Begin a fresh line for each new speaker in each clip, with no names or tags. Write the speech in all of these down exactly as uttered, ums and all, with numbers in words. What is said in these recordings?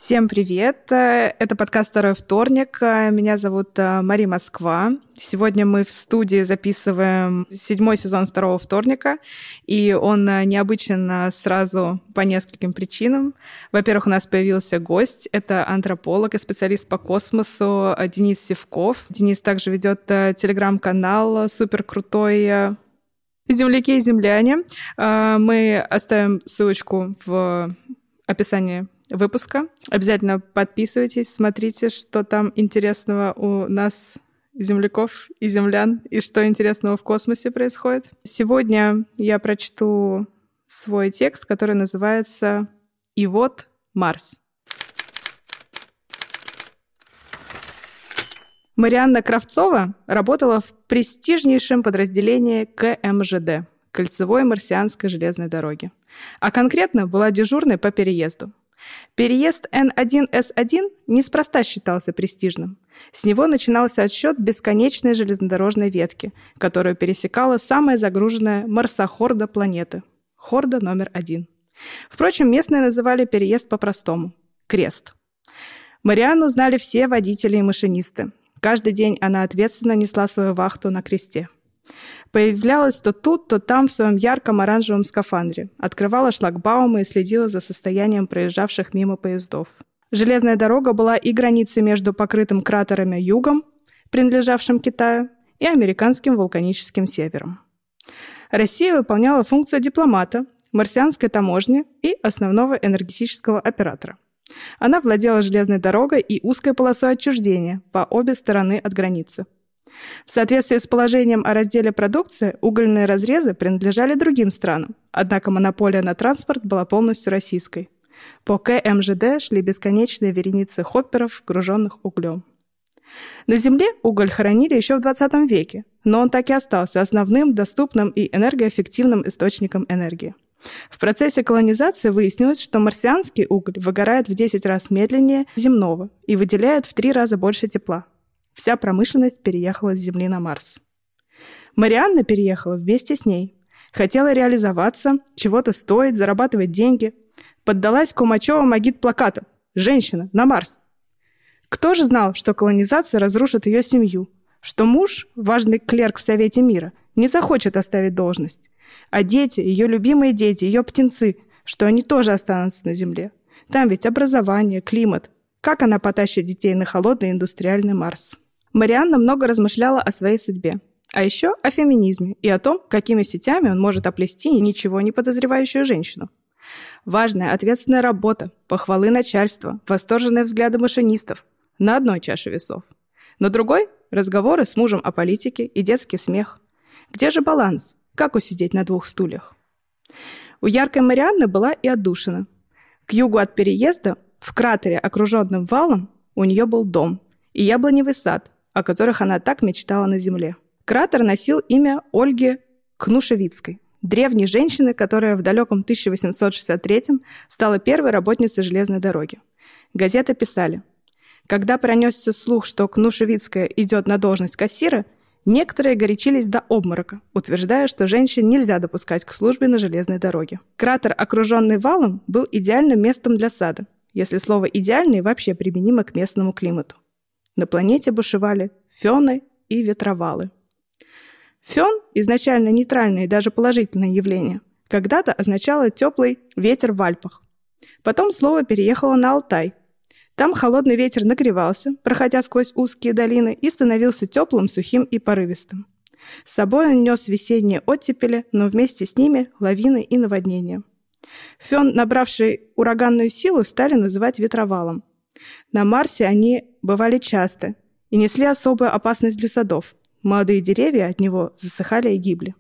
Всем привет! Это подкаст «Второй вторник». Меня зовут Мари Москва. Сегодня мы в студии записываем седьмой сезон «Второго вторника», и он необычен сразу по нескольким причинам. Во-первых, у нас появился гость. Это антрополог и специалист по космосу Денис Сивков. Денис также ведет телеграм-канал суперкрутой «Земляки и земляне». Мы оставим ссылочку в описании выпуска. Обязательно подписывайтесь, смотрите, что там интересного у нас, земляков и землян, и что интересного в космосе происходит. Сегодня я прочту свой текст, который называется «И вот Марс». Марианна Кравцова работала в престижнейшем подразделении ка эм жэ дэ – Кольцевой марсианской железной дороги, а конкретно была дежурной по переезду. Переезд эн один эс один неспроста считался престижным. С него начинался отсчет бесконечной железнодорожной ветки, которую пересекала самая загруженная марсохорда планеты – хорда номер один. Впрочем, местные называли переезд по-простому – крест. Марианну знали все водители и машинисты. Каждый день она ответственно несла свою вахту на кресте. Появлялась то тут, то там в своем ярком оранжевом скафандре, открывала шлагбаумы и следила за состоянием проезжавших мимо поездов. Железная дорога была и границей между покрытым кратерами югом, принадлежавшим Китаю, и американским вулканическим севером. Россия выполняла функцию дипломата, марсианской таможни и основного энергетического оператора. Она владела железной дорогой и узкой полосой отчуждения по обе стороны от границы. В соответствии с положением о разделе продукции, угольные разрезы принадлежали другим странам, однако монополия на транспорт была полностью российской. По ка эм жэ дэ шли бесконечные вереницы хопперов, груженных углем. На Земле уголь хоронили еще в двадцатом веке, но он так и остался основным, доступным и энергоэффективным источником энергии. В процессе колонизации выяснилось, что марсианский уголь выгорает в десять раз медленнее земного и выделяет в три раза больше тепла. Вся промышленность переехала с Земли на Марс. Марианна переехала вместе с ней. Хотела реализоваться, чего-то стоить, зарабатывать деньги. Поддалась Кумачевым агитплакатам: «Женщина, на Марс!». Кто же знал, что колонизация разрушит ее семью, что муж, важный клерк в Совете мира, не захочет оставить должность, а дети, ее любимые дети, ее птенцы, что они тоже останутся на Земле. Там ведь образование, климат. Как она потащит детей на холодный индустриальный Марс? Марианна много размышляла о своей судьбе, а еще о феминизме и о том, какими сетями он может оплести ничего не подозревающую женщину. Важная, ответственная работа, похвалы начальства, восторженные взгляды машинистов на одной чаше весов. На другой – разговоры с мужем о политике и детский смех. Где же баланс? Как усидеть на двух стульях? У яркой Марианны была и отдушина. К югу от переезда, в кратере, окруженном валом, у нее был дом и яблоневый сад, о которых она так мечтала на Земле. Кратер носил имя Ольги Кнушевицкой, древней женщины, которая в далеком тысяча восемьсот шестьдесят третьем стала первой работницей железной дороги. Газеты писали: когда пронесся слух, что Кнушевицкая идет на должность кассира, некоторые горячились до обморока, утверждая, что женщин нельзя допускать к службе на железной дороге. Кратер, окруженный валом, был идеальным местом для сада, если слово «идеальный» вообще применимо к местному климату. На планете бушевали фёны и ветровалы. Фён, изначально нейтральное и даже положительное явление, когда-то означало теплый ветер в Альпах. Потом слово переехало на Алтай. Там холодный ветер нагревался, проходя сквозь узкие долины, и становился теплым, сухим и порывистым. С собой он нес весенние оттепели, но вместе с ними лавины и наводнения. Фён, набравший ураганную силу, стали называть ветровалом. На Марсе они бывали часто и несли особую опасность для садов. Молодые деревья от него засыхали и гибли.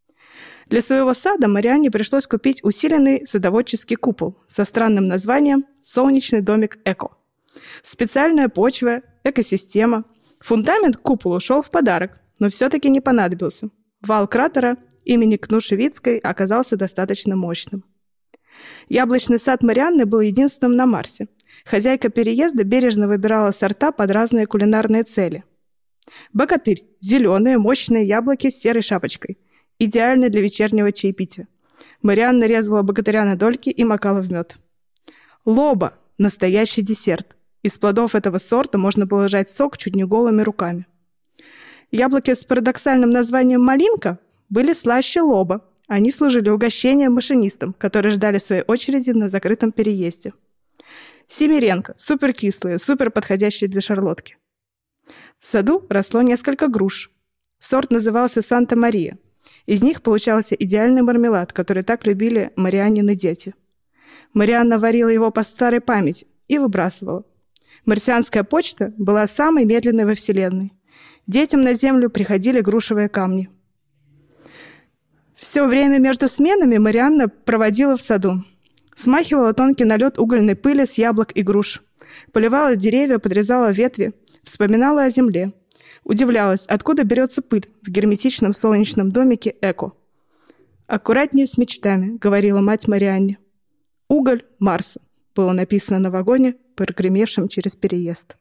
Для своего сада Марианне пришлось купить усиленный садоводческий купол со странным названием «Солнечный домик Эко». Специальная почва, экосистема. Фундамент к куполу шел в подарок, но все-таки не понадобился. Вал кратера имени Кнушевицкой оказался достаточно мощным. Яблочный сад Марианны был единственным на Марсе. Хозяйка переезда бережно выбирала сорта под разные кулинарные цели. Богатырь – зеленые, мощные яблоки с серой шапочкой. Идеально для вечернего чаепития. Марианна резала богатыря на дольки и макала в мед. Лоба – настоящий десерт. Из плодов этого сорта можно было жать сок чуть не голыми руками. Яблоки с парадоксальным названием «малинка» были слаще лоба. Они служили угощением машинистам, которые ждали своей очереди на закрытом переезде. Семеренко – суперкислые, суперподходящие для шарлотки. В саду росло несколько груш. Сорт назывался «Санта-Мария». Из них получался идеальный мармелад, который так любили Марианнины дети. Марианна варила его по старой памяти и выбрасывала. Марсианская почта была самой медленной во Вселенной. Детям на Землю приходили грушевые камни. Все время между сменами Марианна проводила в саду. Смахивала тонкий налет угольной пыли с яблок и груш. Поливала деревья, подрезала ветви. Вспоминала о земле. Удивлялась, откуда берется пыль в герметичном солнечном домике Эко. «Аккуратнее с мечтами», — говорила мать Марианне. «Уголь Марса» было написано на вагоне, прогремевшем через переезд.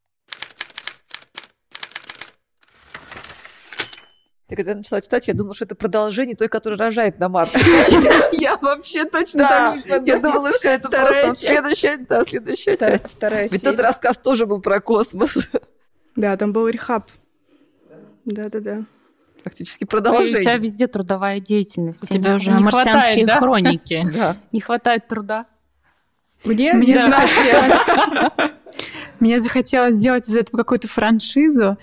Я когда начала читать, я думала, что это продолжение той, которая рожает на Марсе.
Я вообще точно так же подумала.
Я думала, все это просто следующая, да, следующая часть. Ведь тот рассказ тоже был про космос.
Да, там был рехаб. Да-да-да.
Фактически продолжение.
У тебя везде трудовая деятельность.
У тебя уже
не
марсианские
хватает, да?
хроники.
Не хватает труда.
Мне
Мне
да.
захотелось. Мне захотелось сделать из этого какую-то франшизу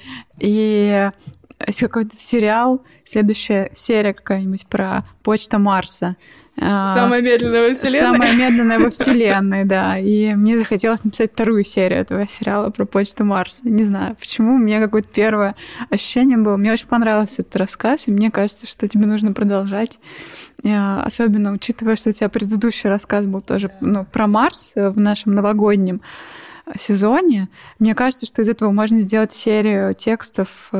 и какой-то сериал, следующая серия какая-нибудь про почта Марса.
Самая медленная во Вселенной.
Самая медленная во Вселенной, да. И мне захотелось написать вторую серию этого сериала про почту Марса. Не знаю, почему. У меня какое-то первое ощущение было. Мне очень понравился этот рассказ, и мне кажется, что тебе нужно продолжать. Особенно учитывая, что у тебя предыдущий рассказ был тоже ну, про Марс в нашем новогоднем сезоне. Мне кажется, что из этого можно сделать серию текстов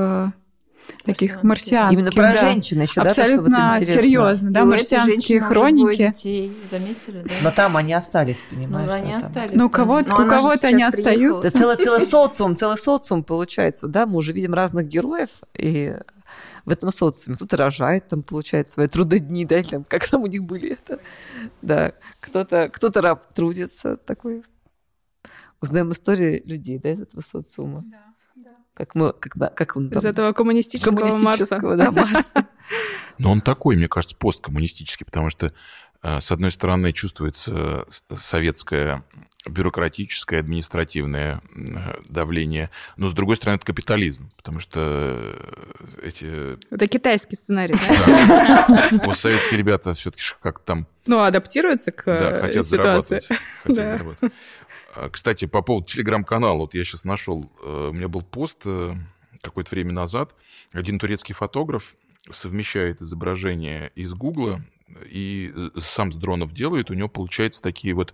таких марсианских.
Именно про
да.
женщин еще,
абсолютно
да, то, что вот
серьезно, да, марсианские хроники.
Детей, заметили, да?
Но там они остались, понимаешь?
Ну, они
да,
остались.
Ну, у кого-то, у кого-то они остаются.
Да, целый, целый социум, целый социум получается, да, мы уже видим разных героев, и в этом социуме кто-то рожает, там получает свои трудодни, да, или там, как там у них были это, да, кто-то, кто-то раб трудится, такой. Узнаем истории людей, да, из этого социума. Да. Как мы, как, как он там...
Из этого коммунистического,
коммунистического
Марса.
Да, Марса.
Но он такой, мне кажется, посткоммунистический, потому что, с одной стороны, чувствуется советское бюрократическое, административное давление, но, с другой стороны, это капитализм, потому что эти...
Это китайский сценарий, да?
Вот советские ребята все-таки как там...
Ну, адаптируются к
Да, хотят
ситуации.
зарабатывать. Хотят зарабатывать. Кстати, по поводу телеграм-канала, вот я сейчас нашел, у меня был пост какое-то время назад, один турецкий фотограф совмещает изображение из Гугла и сам с дронов делает, у него получаются такие вот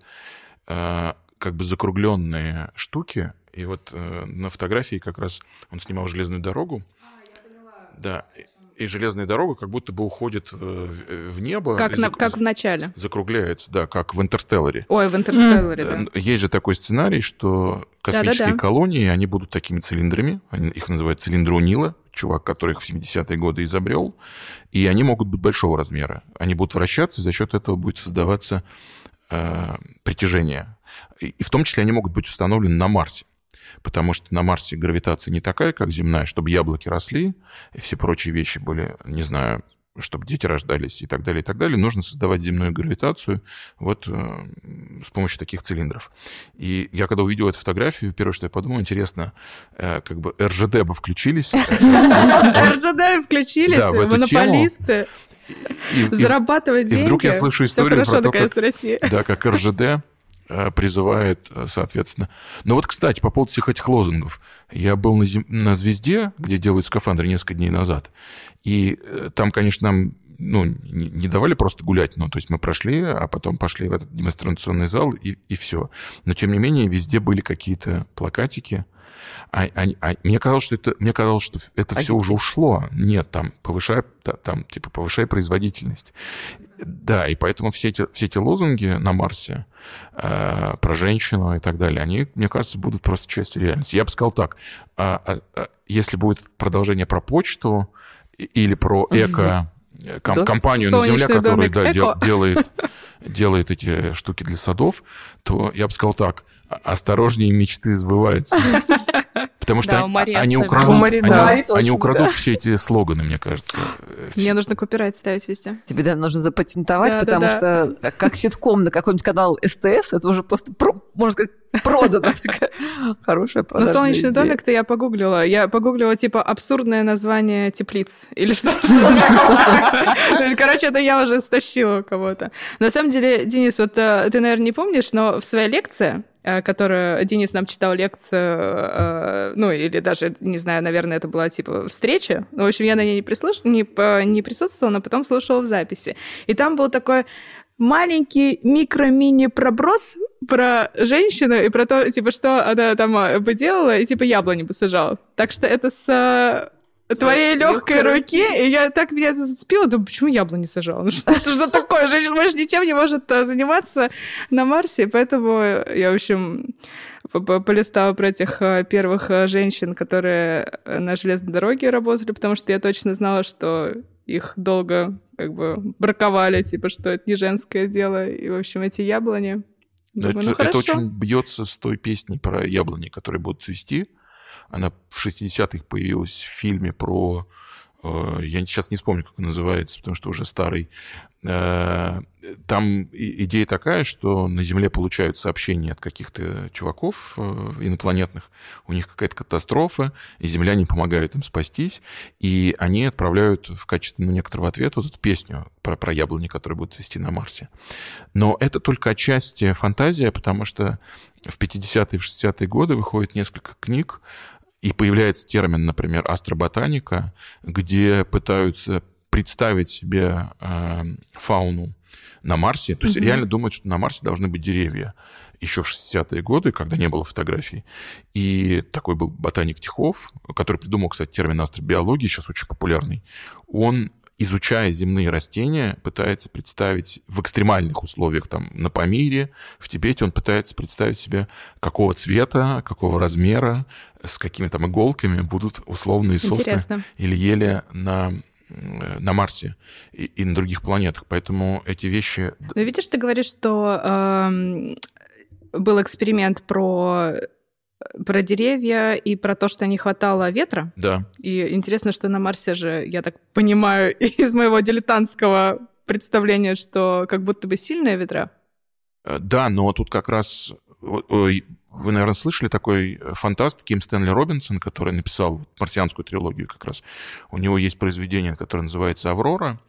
как бы закругленные штуки, и вот на фотографии как раз он снимал железную дорогу. А, я поняла. Да. И железная дорога как будто бы уходит в, в небо.
Как, на,
зак...
как в начале.
Закругляется, да, как в «Интерстелларе».
Ой, в «Интерстелларе», mm. да.
Есть же такой сценарий, что космические Да-да-да. колонии, они будут такими цилиндрами, они, их называют цилиндры О'Нила, чувак, который их в семидесятые годы изобрел, и они могут быть большого размера. Они будут вращаться, и за счет этого будет создаваться э, притяжение. И, и в том числе они могут быть установлены на Марсе. Потому что на Марсе гравитация не такая, как земная, чтобы яблоки росли, и все прочие вещи были, не знаю, чтобы дети рождались и так далее, и так далее. Нужно создавать земную гравитацию вот э, с помощью таких цилиндров. И я когда увидел эту фотографию, первое, что я подумал, интересно, э, как бы эр жэ дэ бы включились.
эр жэ дэ включились, монополисты, зарабатывать деньги.
И вдруг я слышу историю про то,
как
как эр жэ дэ призывает, соответственно. Но вот, кстати, по поводу всех этих лозунгов. Я был на, зем... на «Звезде», где делают скафандры, несколько дней назад. И там, конечно, нам ну, не давали просто гулять. Ну, то есть мы прошли, а потом пошли в этот демонстрационный зал, и, и все. Но, тем не менее, везде были какие-то плакатики. А, а, а мне казалось, что это, мне казалось, что это а все уже ушло. Нет, там повышай, там, типа, повышай производительность. Да, и поэтому все эти, все эти лозунги на Марсе э, про женщину и так далее, они, мне кажется, будут просто частью реальности. Я бы сказал так, а, а, а, если будет продолжение про почту или про эко, ком-
Да?
компанию на
Солнечный
Земле, которая
домик
да, дел-
Эко.
делает, делает эти штуки для садов, то я бы сказал так: осторожнее, мечты сбываются. Потому что
Да, у Марии
они
особенно.
украдут,
У Марии,
они-
да,
они
точно,
украдут
да.
все эти слоганы, мне кажется.
Мне нужно копирайт ставить везде.
Тебе, да, нужно запатентовать,
Да, да,
потому
да.
что как- как ситком на какой-нибудь канал СТС, это уже просто, про- можно сказать, продано. Такая хорошая
Но
продажная
солнечный
идея.
домик-то я погуглила. Я погуглила, типа, абсурдное название теплиц. Или что-то такое. Короче, это я уже стащила у кого-то. На самом деле, Денис, вот э, ты, наверное, не помнишь, но в своей лекции, э, которую Денис нам читал лекцию, э, ну, или даже, не знаю, наверное, это была, типа, встреча. Ну, в общем, я на ней не, прислуш... не, по- не присутствовала, но потом слушала в записи. И там был такой маленький микро-мини-проброс про женщину и про то, типа, что она там э, бы делала, и, типа, яблони бы сажала. Так что это с э, твоей легкой руки, и я так меня это зацепила, думаю, почему яблони сажала? Ну что, это что такое? Женщина больше ничем не может э, заниматься на Марсе, поэтому я, в общем, по- по- полистала про этих э, первых э, женщин, которые э, на железной дороге работали, потому что я точно знала, что их долго как бы браковали, типа, что это не женское дело, и, в общем, эти яблони.
Но
Думаю, ну,
это, это
хорошо.
очень бьется с той песней про яблони, которые будут цвести. Она в шестидесятых появилась в фильме про... э, я сейчас не вспомню, как он называется, потому что уже старый. Э, Там и- идея такая, что на Земле получают сообщения от каких-то чуваков э, инопланетных. У них какая-то катастрофа, и земляне помогают им спастись. И они отправляют в качестве ну, некоторого ответа вот эту песню про, про яблони, которые будут цвести на Марсе. Но это только отчасти фантазия, потому что в пятидесятые и шестидесятые годы выходит несколько книг, и появляется термин, например, астроботаника, где пытаются представить себе э, фауну на Марсе. То есть
Мгм.
реально думают, что на Марсе должны быть деревья. Еще в шестидесятые годы, когда не было фотографий. И такой был ботаник Тихов, который придумал, кстати, термин астробиологии, сейчас очень популярный. Он, изучая земные растения, пытается представить в экстремальных условиях, там, на Памире, в Тибете, он пытается представить себе, какого цвета, какого размера, с какими там иголками будут условные сосны
Интересно.
или ели на, на Марсе и, и на других планетах. Поэтому эти вещи...
Ну, видишь, ты говоришь, что эм, был эксперимент про, про деревья и про то, что не хватало ветра.
Да,
И интересно, что на Марсе же, я так понимаю, из моего дилетантского представления, что как будто бы сильные ветра.
Э, да, но тут как раз... ой, Вы, наверное, слышали такой фантаст Ким Стэнли Робинсон, который написал марсианскую трилогию как раз. У него есть произведение, которое называется «Аврора».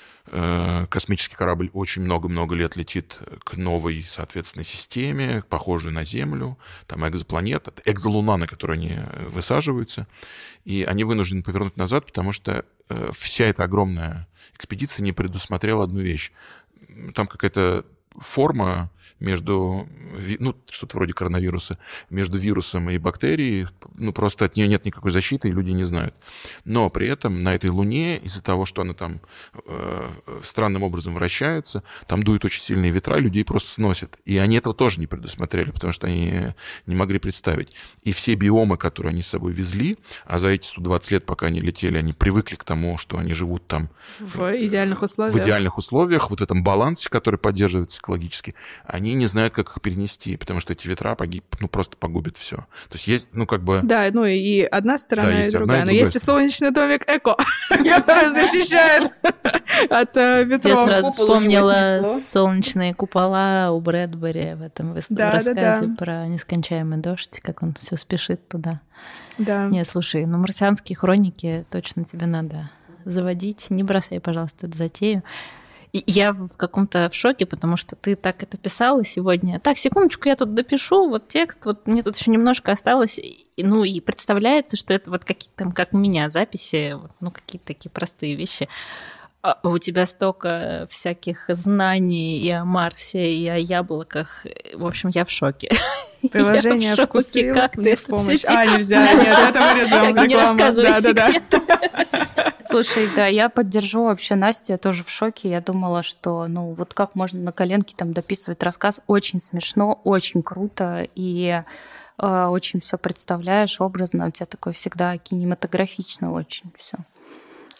Э, Космический корабль очень много-много лет летит к новой, соответственно, системе, похожей на Землю. Там экзопланета, экзолуна, на которую они высаживаются. И они вынуждены повернуть назад, потому что э, вся эта огромная экспедиция не предусмотрела одну вещь. Там какая-то форма между, ви- ну, что-то вроде коронавируса, между вирусом и бактерией, ну, просто от нее нет никакой защиты, и люди не знают. Но при этом на этой Луне, из-за того, что она там э, странным образом вращается, там дуют очень сильные ветра, людей просто сносят. И они этого тоже не предусмотрели, потому что они не могли представить. И все биомы, которые они с собой везли, а за эти сто двадцать лет, пока они летели, они привыкли к тому, что они живут там
В идеальных
в
условиях.
идеальных условиях, вот этом балансе, который поддерживается экологически, они не знают, как их перенести, потому что эти ветра погиб, ну, просто погубят все. То есть есть, ну, как бы...
Да, ну и одна сторона,
Да,
и
есть одна
другая.
и
Но
другая
есть и солнечный домик Эко, который защищает от э,
Я
ветров.
сразу
куполу его
вспомнила
снесло.
солнечные купола у Брэдбери в этом выс-
Да, да,
рассказе
да.
про нескончаемый дождь, как он все спешит туда.
Да.
Нет, слушай, ну марсианские хроники точно тебе надо заводить. Не бросай, пожалуйста, эту затею. И я в каком-то в шоке, потому что ты так это писала сегодня. Так, секундочку, я тут допишу, вот текст, вот мне тут еще немножко осталось. И, ну и представляется, что это вот какие-то там, как у меня, записи, вот, ну какие-то такие простые вещи. А у тебя столько всяких знаний и о Марсе, и о яблоках. В общем, я в шоке.
Приложение
Я в шоке,
«Вкусвилл»
как
мне
ты
в
это
помощь.
всё
А, нельзя, нет, это вырежем.
Не
Реклама.
рассказывай
Да, да, да.
секреты.
Слушай, да, я поддержу вообще Настю, я тоже в шоке. Я думала, что, ну, вот как можно на коленке там дописывать рассказ. Очень смешно, очень круто, и э, очень все представляешь образно. У тебя такое всегда кинематографично очень все.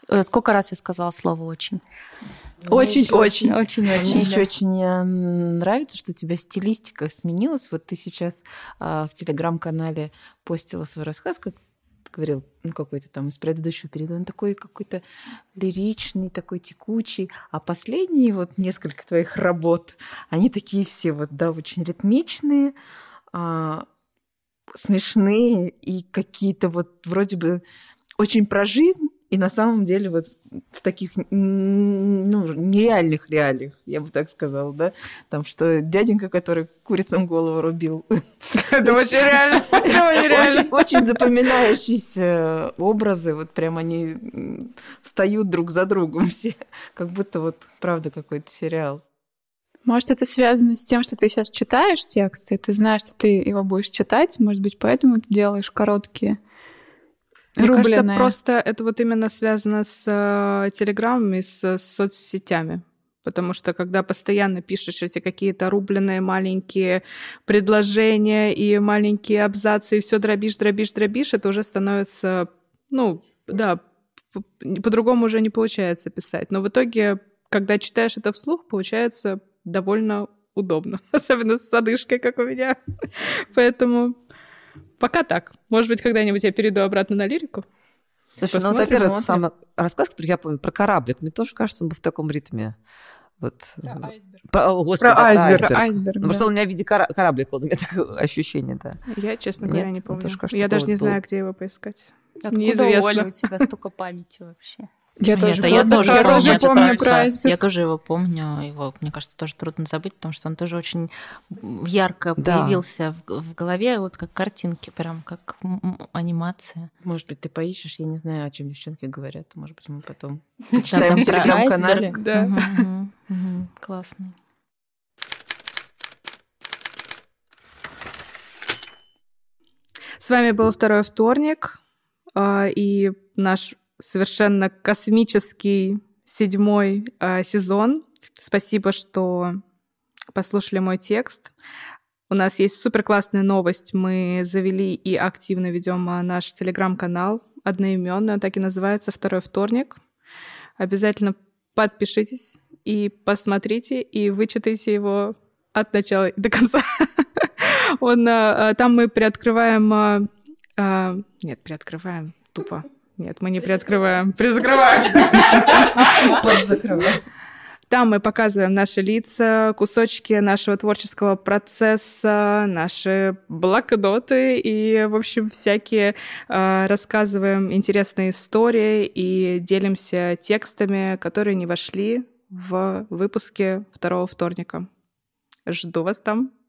Сколько раз я сказала слово «очень»?
Очень-очень.
Очень-очень.
Мне еще очень нравится, что у тебя стилистика сменилась. Вот ты сейчас а, в телеграм-канале постила свой рассказ, как ты говорил, ну, какой-то там из предыдущего периода. Он такой какой-то лиричный, такой текучий. А последние вот несколько твоих работ, они такие все вот, да, очень ритмичные, а, смешные и какие-то вот вроде бы очень про жизнь, и на самом деле вот в таких, ну, нереальных реалиях, я бы так сказала, да, там, что дяденька, который курицам голову рубил.
Это очень реально.
Очень запоминающиеся образы, вот прям они встают друг за другом все, как будто вот правда какой-то сериал.
Может, это связано с тем, что ты сейчас читаешь тексты, ты знаешь, что ты его будешь читать, может быть, поэтому ты делаешь короткие.
Мне
рубленые.
кажется, просто это вот именно связано с э, телеграммами, с, с соцсетями. Потому что когда постоянно пишешь эти какие-то рубленые маленькие предложения и маленькие абзацы, и все дробишь, дробишь, дробишь, это уже становится, ну, да, по-другому уже не получается писать. Но в итоге, когда читаешь это вслух, получается довольно удобно. Особенно с одышкой, как у меня. Поэтому... Пока так. Может быть, когда-нибудь я перейду обратно на лирику.
Слушай, ну вот, во-первых, самый рассказ, который я помню, про кораблик, мне тоже кажется, он был в таком ритме. Вот.
Про айсберг.
Про, о, Господи,
про,
да,
айсберг.
про айсберг.
Про айсберг,
ну,
да.
потому что он у меня в виде кора- кораблика, у меня такое ощущение, да.
Я, честно говоря,
Нет,
не помню.
тоже кажется,
Я даже
был-
не знаю,
был.
где его поискать.
Откуда,
Неизвестно.
Оля, у тебя столько памяти вообще?
Я
Нет,
тоже,
а я
помню,
тоже
я
помню
тоже
этот
помню
рассказ.
про айсберг.
Я тоже его помню. Его, мне кажется, тоже трудно забыть, потому что он тоже очень ярко
Да.
появился в, в голове, вот как картинки, прям как м- м- анимация.
Может быть, ты поищешь, я не знаю, о чем девчонки говорят. Может быть, мы потом
Да,
почитаем
там
в
про
телеграм-канале.
айсберг.
Да.
Мгм, мгм, мгм. Классно.
С вами был второй вторник э, и наш совершенно космический седьмой э, сезон. Спасибо, что послушали мой текст. У нас есть суперклассная новость. Мы завели и активно ведем э, наш телеграм-канал одноименный. Он так и называется «Второй вторник». Обязательно подпишитесь и посмотрите, и вычитайте его от начала и до конца. Он, а, там мы приоткрываем... а, а, нет, приоткрываем. Тупо. Нет, мы не приоткрываем. Призакрываем.
Подзакрываем.
Там мы показываем наши лица, кусочки нашего творческого процесса, наши блокноты и, в общем, всякие а, рассказываем интересные истории и делимся текстами, которые не вошли в выпуске второго вторника. Жду вас там.